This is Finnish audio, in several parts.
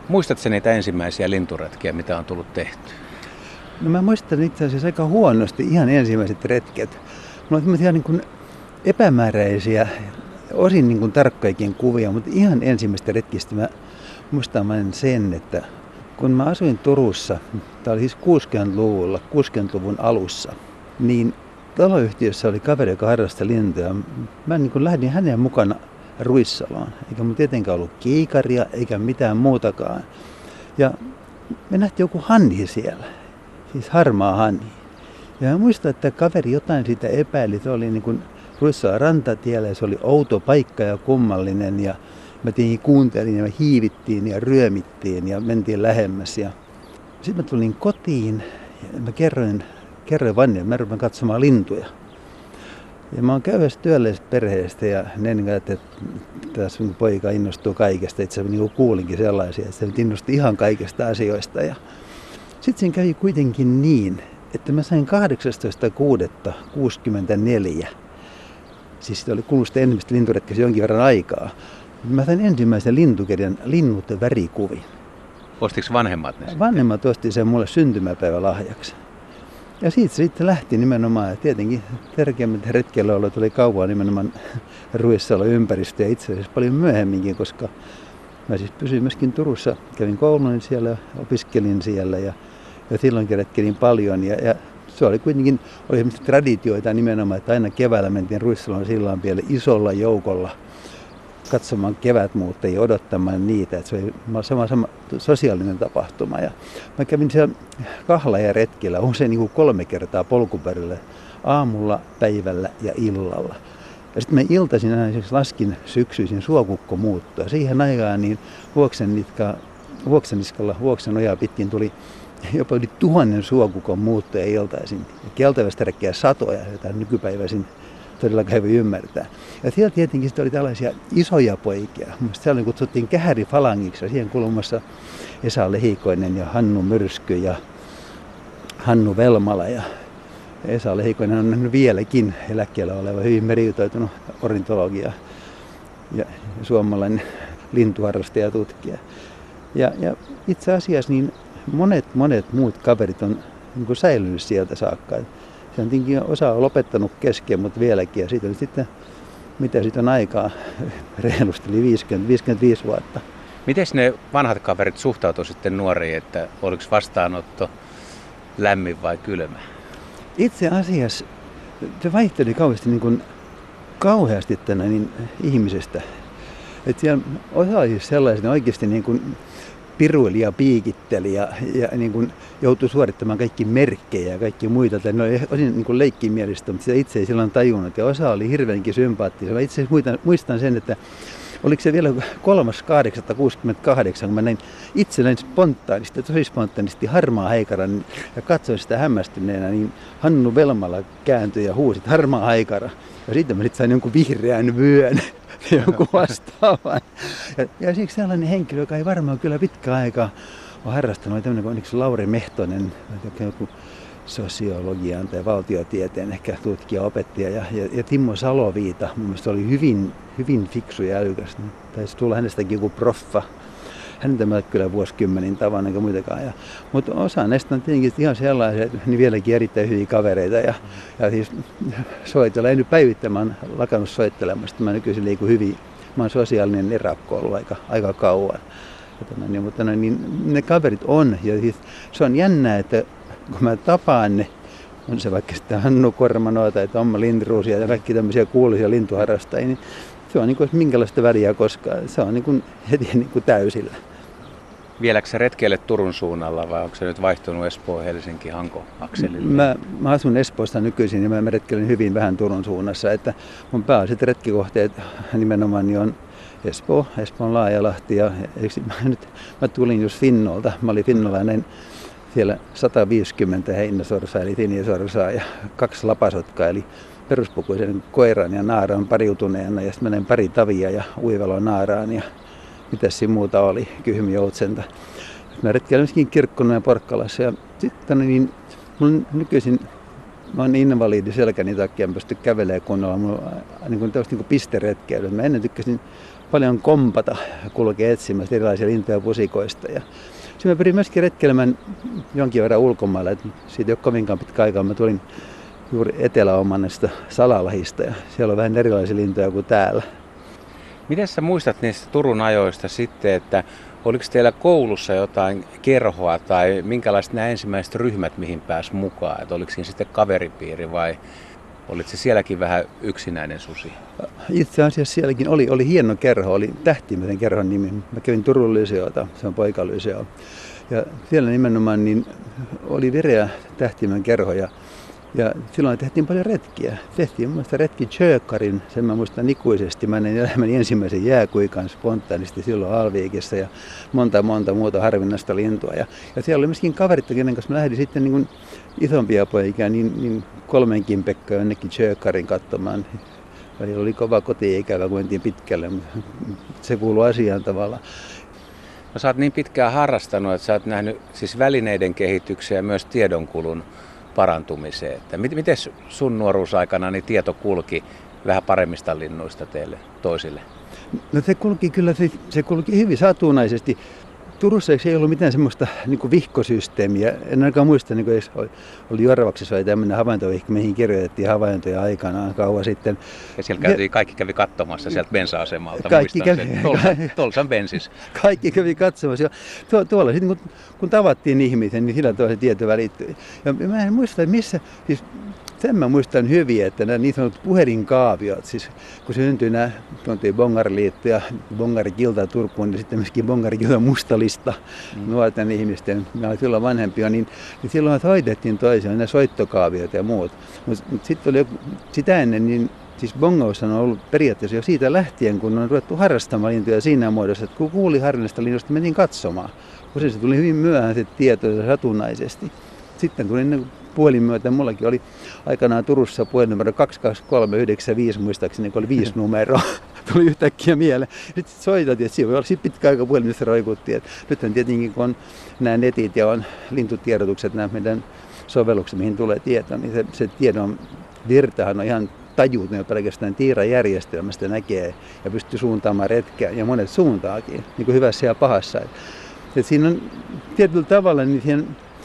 Muistatko niitä ensimmäisiä linturetkiä, mitä on tullut tehty? No mä muistan itse asiassa aika huonosti ihan ensimmäiset retket. Mulla on tämmöisiä niin kuin epämääräisiä, osin niin kuin tarkkojakin kuvia, mutta ihan ensimmäistä retkistä mä muistan sen, että kun mä asuin Turussa, tämä oli siis 60-luvulla, 60-luvun alussa, niin taloyhtiössä oli kaveri, joka harrasti lintuja. Mä niin kuin lähdin hänen mukana Ruissaloon, eikä mun tietenkään ollut kiikaria eikä mitään muutakaan. Ja me nähtiin joku hanhi siellä, siis harmaa hanhi. Ja mä muistan, että kaveri jotain siitä epäili, se oli niin kuin Ruissalan rantatiellä ja se oli outo paikka ja kummallinen. Ja mä kuuntelin ja me hiivittiin ja ryömittiin ja mentiin lähemmäs. Ja sitten mä tulin kotiin ja mä kerroin Vanni, että mä rupean katsomaan lintuja. Ja mä oon käyvässä työllisestä perheestä ja ne että tässä poika innostuu kaikesta. Itse asiassa niin kuulinkin sellaisia, että se nyt innostui ihan kaikesta asioista. Ja sitten siinä kävi kuitenkin niin, että mä sain 18.6.64, siis siitä oli kulunut ensimmäistä linturetkessä jonkin verran aikaa, mä sain ensimmäisen lintukirjan Linnut värikuvin. Ostiko vanhemmat ne? Vanhemmat osti sen mulle syntymäpäivälahjaksi. Ja siitä se sitten lähti nimenomaan. Ja tietenkin tärkeimmät retkeilyalueet oli kauan nimenomaan Ruissalon ympäristö ja itse asiassa paljon myöhemminkin, koska mä siis pysyin myöskin Turussa. Kävin koulun siellä, opiskelin siellä ja silloinkin retkelin paljon. Ja se oli kuitenkin oli traditioita nimenomaan, että aina keväällä mentiin Ruissalon sillanpielle isolla joukolla katsomaan kevätmuuttajia, odottamaan niitä. Että se oli sama sosiaalinen tapahtuma. Ja mä kävin siellä kahlajaretkellä usein niin kuin 3 kertaa polkupyörällä, aamulla, päivällä ja illalla. Ja sitten mä iltaisin aina laskin syksyisin suokukkomuuttoa. Siihen aikaan niin Vuokseniskalla pitkin tuli jopa yli 1000 suokukon muuttoja iltaisin. Ja keltaivästäräkkiä satoja, joita nykypäiväisin todellakaan voi ymmärtää. Ja siellä tietenkin oli tällaisia isoja poikia. Mielestäni siellä kutsuttiin kähärifalangiksi ja siihen kulmassa Esa Lehikoinen ja Hannu Myrsky ja Hannu Velmala. Ja Esa Lehikoinen on vieläkin eläkkeellä oleva hyvin meriytautunut ornitologia ja suomalainen lintuharrastaja ja tutkija. Ja itse asiassa niin monet muut kaverit on niin säilynyt sieltä saakka. Se on tietenkin osa lopettanut kesken, mutta vieläkin. Ja siitä oli sitten, mitä siitä on aikaa, reilusti eli 55 vuotta. Miten ne vanhat kaverit suhtautuivat sitten nuoriin, että oliko vastaanotto lämmin vai kylmä? Itse asiassa se vaihteli kauheasti ihmisestä. Että siellä osa oli sellaisia oikeasti niin kuin piruili ja piikitteli ja niin kuin joutui suorittamaan kaikki merkkejä ja kaikki muita. Ne oli osin niin kuin leikkimielistä, mutta sitä itse ei silloin tajunnut. Ja osa oli hirveänkin sympaattisia. Mä itse muistan sen, että oliko se vielä 3.8.68, kun mä näin spontaanisti, tosi spontaanisti harmaa haikaran ja katsoin sitä hämmästyneenä, niin Hannu Velmala kääntyi ja huusi, harmaa haikara. Ja sitten mä sain jonkun vihreän vyön. Joku vastaavan. Ja siksi sellainen henkilö, joka ei varmaan kyllä pitkään aikaa ole harrastanut, tämmöinen kuin Lauri Mehtonen, joku sosiologian tai valtiotieteen ehkä tutkija, opettaja ja Timo Saloviita. Mun mielestä oli hyvin fiksu ja älykäs. Taisi tulla hänestäkin joku proffa. Häntä mä kyllä vuosikymmenin tavan eikä muitakaan. Mutta osa näistä on tietenkin ihan sellaisia, että niin vieläkin erittäin hyviä kavereita. Ja siis soitella, ei nyt päivittämään lakannut soittelemasta. Mä nykyisin liikun hyvin. Mä oon sosiaalinen erakko ollut aika kauan. Mutta niin, ne kaverit on. Ja siis se on jännää, että kun mä tapaan ne, on se vaikka sitten Hannu Kormanoa tai Tomma Lindruusia ja kaikki tämmöisiä kuuluisia lintuharrastajia, niin se on niin kuin minkälaista väriä koskaan. Se on niin kuin heti niin kuin täysillä. Vieläkö se retkeille Turun suunnalla vai onko se nyt vaihtunut Espoo, Helsinki, Hanko akselille? Mä asun Espoossa nykyisin ja mä retkeilen hyvin vähän Turun suunnassa. Että mun pääasiat retkikohteet nimenomaan niin on Espoo, Espoon Laajalahti ja mä tulin just Finnolta. Mä olin finnolainen siellä 150 heinäsorsaa eli tinisorsaa ja 2 lapasotkaa eli peruspukuisen koiran ja naaraan pariutuneena ja sitten menen pari tavia ja uivalon naaraan ja mitäs siinä muuta oli, kyhmijoutsenta. Mä retkeilen myöskin Kirkkonen ja Porkkalassa ja sitten niin mun nykyisin mä oon invalidi selkäni takia, en pysty kävelemään kunnolla. Mulla on niin pisteretkeily. Mä ennen tykkäsin paljon kompata, kulkea etsimässä erilaisia lintuja pusikoista. Ja sitten mä pyrin myöskin retkelemään jonkin verran ulkomailla. Siitä ei ole kovinkaan pitkä aikaa. Mä tulin juuri Etelä-Omannesta Salalahista ja siellä on vähän erilaisia lintuja kuin täällä. Miten sä muistat niistä Turun ajoista sitten, että oliko teillä koulussa jotain kerhoa tai minkälaiset nämä ensimmäiset ryhmät, mihin pääsi mukaan? Että oliko siinä sitten kaveripiiri vai olit se sielläkin vähän yksinäinen susi? Itse asiassa sielläkin oli hieno kerho, oli Tähtimäisen kerhon nimi. Mä kävin Turun lyseota, se on poikalyseo. Ja siellä nimenomaan niin oli vireä Tähtimäen kerho ja silloin tehtiin paljon retkiä. Tehtiin mun mielestä retki Tjökkarin, sen mä muistan ikuisesti. Mä näin elämäni ensimmäisen jääkuikan spontaanisti silloin Alviikissa ja monta muuta harvinaista lintua. Ja siellä oli myöskin kaverit, kenen kanssa mä lähdin sitten niin kuin isompia poikia, niin 3 Pekka jonnekin Tjökkarin katsomaan. Välillä oli kova koti-ikävä, kun mentiin pitkälle, mutta se kuului asiaan tavallaan. No, sä oot niin pitkään harrastanut, että sä oot nähnyt siis välineiden kehityksiä ja myös tiedonkulun parantumiseen. Että miten sun nuoruusaikana niin tieto kulki vähän paremmista linnuista teille toisille? No se kulki kyllä, se kulki hyvin satunnaisesti. Turussa ei ollut mitään semmoista niin kuin vihkosysteemiä. En ainakaan muista, niin kuin oli Jorvaksessa vai tämmöinen havaintovihko, mihin kirjoitettiin havaintoja aikanaan kauan sitten. Ja siellä kaikki kävi katsomassa sieltä bensa-asemalta. Kaikki kävi. Tolsan bensis. Kaikki kävi katsomassa. Tuolla sitten kun tavattiin ihmisen, niin sillä tavalla se tieto välittyi. Ja mä en muista, missä, siis sen mä muistan hyvin, että nämä niin sanotut puhelinkaaviot, siis kun syntyi nämä Bongariliitto ja Bongarikilta Turkuun ja sitten myöskin Bongarikilta Mustalista nuorten ihmisten, mä olin silloin vanhempia, niin silloin soitettiin toisiaan, nämä soittokaaviot ja muut. Mutta sitten oli sitä ennen, niin siis bongaus on ollut periaatteessa jo siitä lähtien, kun on ruvettu harrastamaan lintuja siinä muodossa, että kun kuuli harvinaista linnusta, menin katsomaan. Usein se tuli hyvin myöhään se tieto satunnaisesti. Sitten tuli puhelin myötä. Mullakin oli aikanaan Turussa puhelinnumero 22395, muistaakseni, kun oli 5 numeroa. Tuli yhtäkkiä mieleen. Sitten soitettiin, että siinä voi olla pitkä aika puhelimessa roikuttiin. Nythän tietenkin, kun on nämä netit ja on lintutiedotukset, nämä meidän sovellukset, mihin tulee tieto, niin se tiedon virtahan on ihan tajuutunut pelkästään tiirajärjestelmästä näkee ja pystyy suuntaamaan retkeä ja monet suuntaakin, niin kuin hyvässä ja pahassa. Et siinä on tietyllä tavalla, niin siihen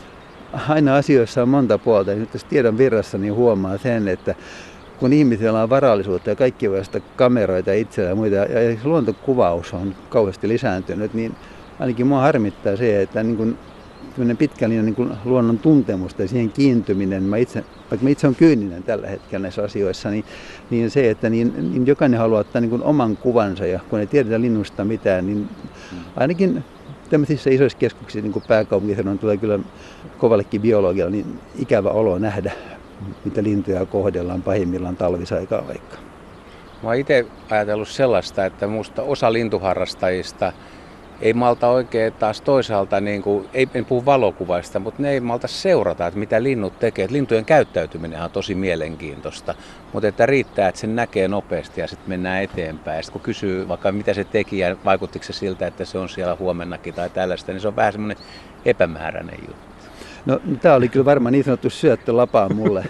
aina asioissa on monta puolta. Ja nyt tässä tiedon virrassa niin huomaa sen, että kun ihmisillä on varallisuutta ja kaikki voi sitä kameroita itsellä ja muita, ja luontokuvaus on kauheasti lisääntynyt, niin ainakin mua harmittaa se, että niin kuin pitkän linjan niin kuin luonnon tuntemusta ja siihen kiintyminen, vaikka mä itse olen kyyninen tällä hetkellä näissä asioissa, niin se, että niin jokainen haluaa ottaa niin kuin oman kuvansa, ja kun ei tiedetä linnusta mitään, niin ainakin tämmöisissä isoissa keskuksissa, niin kuin pääkaupunkiseudulla, tulee kyllä kovallekin biologialla niin ikävä olo nähdä, mitä lintuja kohdellaan pahimmillaan talvisaikaa vaikka. Mä oon itse ajatellut sellaista, että musta osa lintuharrastajista ei malta oikein taas toisaalta, en puhu valokuvaista, mutta ne ei malta seurata, että mitä linnut tekee. Että lintujen käyttäytyminen on tosi mielenkiintoista, mutta että riittää, että sen näkee nopeasti ja sitten mennään eteenpäin. Ja sitten kun kysyy vaikka mitä se teki ja vaikuttiko se siltä, että se on siellä huomennakin tai tällaista, niin se on vähän semmoinen epämääräinen juttu. No, tämä oli kyllä varmaan niin sanottu syöttölapaa mulle.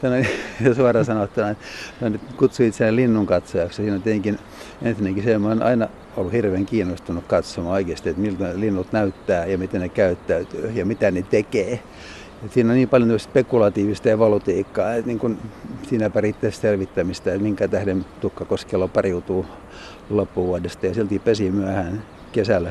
Suoraan sanottuna, että kutsuin itseään linnunkatsojaksi. Siinä on tietenkin ensinnäkin se, että mä olen aina ollut hirveän kiinnostunut katsomaan oikeasti, että miltä linnut näyttää ja miten ne käyttäytyy ja mitä ne tekee. Et siinä on niin paljon spekulatiivista evolutiikkaa, että niin kun siinä periaatteessa selvittämistä, että minkä tähden tukkakoskelo pariutuu loppuvuodesta ja silti pesi myöhään kesällä.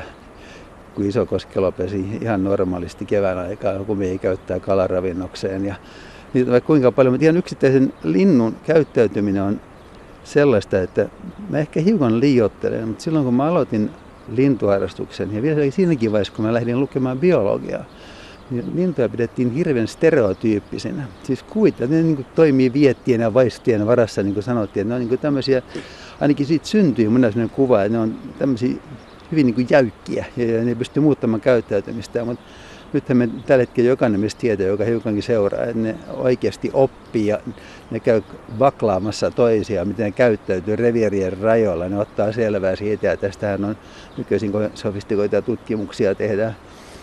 Kun iso koskelo pesi ihan normaalisti kevään aikaa, kumia käyttää kalaravinnokseen. Ja vaikka kuinka paljon, mutta ihan yksittäisen linnun käyttäytyminen on sellaista, että mä ehkä hiukan liioittelen, mutta silloin kun mä aloitin lintuharrastuksen ja vielä siinäkin vaiheessa, kun mä lähdin lukemaan biologiaa, niin lintuja pidettiin hirveän stereotyyppisenä. Siis kuvittaa, ne niin kuin toimii viettien ja vaistien varassa, niin kuin sanottiin, että ne on niin kuin tämmöisiä, ainakin siitä syntyy mun sellainen kuva, että ne on tämmöisiä hyvin niin kuin jäykkiä ja ne pystyy muuttamaan käyttäytymistä, mutta nythän me tällä hetkellä jokainen meistä tietää, joka hiukankin seuraa, että ne oikeasti oppii ja ne käy vaklaamassa toisiaan, miten ne käyttäytyy reviirien rajoilla. Ne ottaa selvää siitä ja tästähän on nykyisin sofistikoita tutkimuksia tehdään.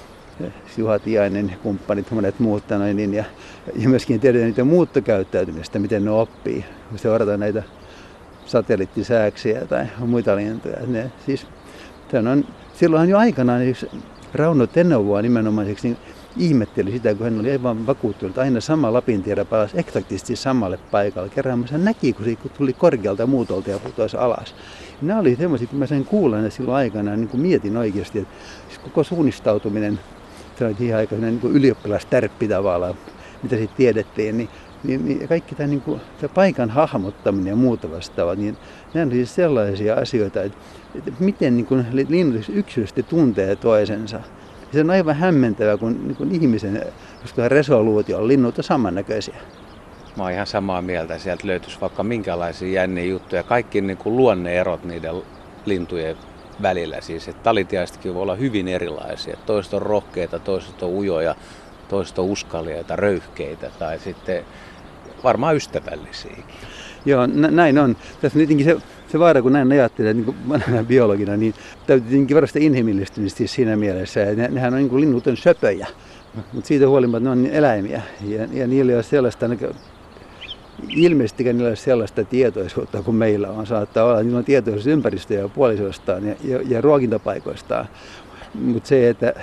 Juha Tiainen, kumppanit, monet muut, ja myöskin tiedetään niitä muuttokäyttäytymistä, miten ne oppii. Seurataan näitä satelliittisääksiä tai muita lintuja. Silloinhan jo aikanaan yksi Rauno Tennevoa nimenomaiseksi niin ihmetteli sitä, kun hän oli aivan vakuuttunut, että aina sama lapintiedä palasi eksaktisesti samalle paikalle. Kerran hän näki, kun se tuli korkealta muutolta ja putoisi alas. Ja nämä oli semmoisia, kun mä sen kuulen silloin aikanaan, niin kuin mietin oikeasti, että koko suunnistautuminen, se oli ihan aika niin ylioppilastärppi tavallaan, mitä siitä tiedettiin, niin kaikki tämä, niin paikan hahmottaminen ja muuta vastaavat, niin nämä on siis sellaisia asioita, että miten niin linnut yksilöllisesti tuntee toisensa. Ja se on aivan hämmentävää, kun ihmisen resoluutio on linnut on samannäköisiä. Mä oon ihan samaa mieltä. Sieltä löytyisi vaikka minkälaisia jänniä juttuja. Kaikki niin kuin luonneerot niiden lintujen välillä. Siis, että talitiaisetkin voi olla hyvin erilaisia. Toiset on rohkeita, toiset on ujoja, toiset on uskalliaita, röyhkeitä tai sitten varmaan ystävällisiä. Joo, näin on. Tässä on tietenkin se vaara, kun näin ajattelee niin vanhana biologina, niin täytyy tietenkin varasta inhimillistymistä siinä mielessä. Nehän on niin kuin linnut on söpöjä, mutta siitä huolimatta ne on eläimiä. Ja niillä ei ole sellaista, ilmeisestikään niillä ei ole sellaista tietoisuutta kuin meillä on. Saattaa olla, että niillä on tietoisuus ympäristöä ja puolisoistaan ja ruokintapaikoistaan. Mutta se, että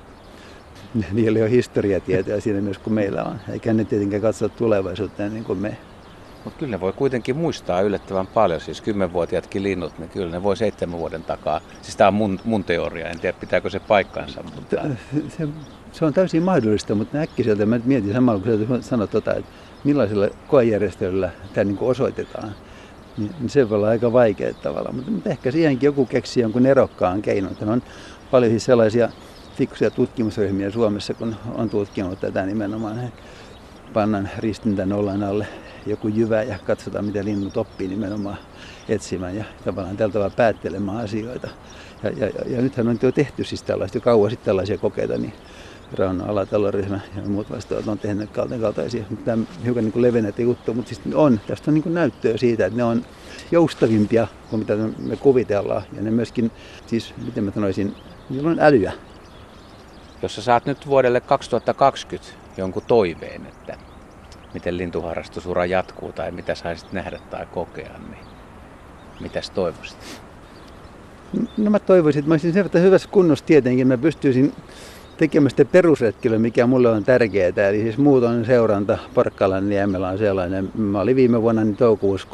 niillä ei ole historiatietoja siinä myös kuin meillä on. Eikä ne tietenkään katso tulevaisuuteen niin kuin me. Mutta kyllä ne voi kuitenkin muistaa yllättävän paljon, siis 10-vuotiaatkin linnut, niin kyllä ne voi 7 vuoden takaa. Siis tämä on mun teoria, en tiedä pitääkö se paikkansa. Mutta se on täysin mahdollista, mutta äkkiseltä mä mietin samalla, kun sä sanot että millaisella koejärjestelyllä tämä niin osoitetaan. Niin se voi olla aika vaikea tavalla, mutta ehkä siihenkin joku keksi jonkun erokkaan keinon. On paljon siis sellaisia fiksuja tutkimusryhmiä Suomessa, kun on tutkinut tätä nimenomaan. Pannaan ristintänollan alle joku jyvä ja katsotaan, miten linnut oppii nimenomaan etsimään ja tavallaan tällä tavalla päättelemään asioita. Ja nythän on jo tehty siis tällaista, jo kauan sitten tällaisia kokeita, niin Rauno Alatalon ryhmä ja muut vastaavat on tehnyt kaltaisia. Tämä on hiukan niin levennetä juttu, mutta siis tästä on niin näyttöä siitä, että ne on joustavimpia kuin mitä me kuvitellaan. Ja ne myöskin, siis miten mä sanoisin, niillä on älyä. Jos sä saat nyt vuodelle 2020 jonkun toiveen, että miten lintuharrastusura jatkuu tai mitä saisit nähdä tai kokea, niin mitäs toivoisit? No mä toivoisin, että mä olisin sen verran hyvässä kunnossa tietenkin, mä pystyisin tekemään sitä perusretkellä, mikä mulle on tärkeää. Eli siis muuton seuranta Porkkalanniemellä on sellainen. Mä olin viime vuonna niin toukokuussa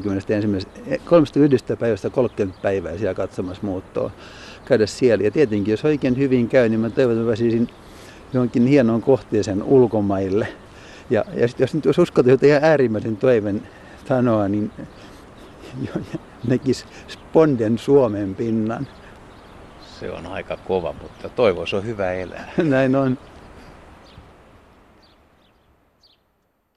31. päivästä 30 päivää siellä katsomassa muuttoa. Käydä siellä. Ja tietenkin, jos oikein hyvin käy, niin mä toivon, että pääsisin johonkin hienoon kohteeseen ulkomaille. Ja jos nyt uskaltaisi ihan äärimmäisen toiveen sanoa, niin nekisi Sponden Suomen pinnan. Se on aika kova, mutta toivois on hyvä elää. Näin on.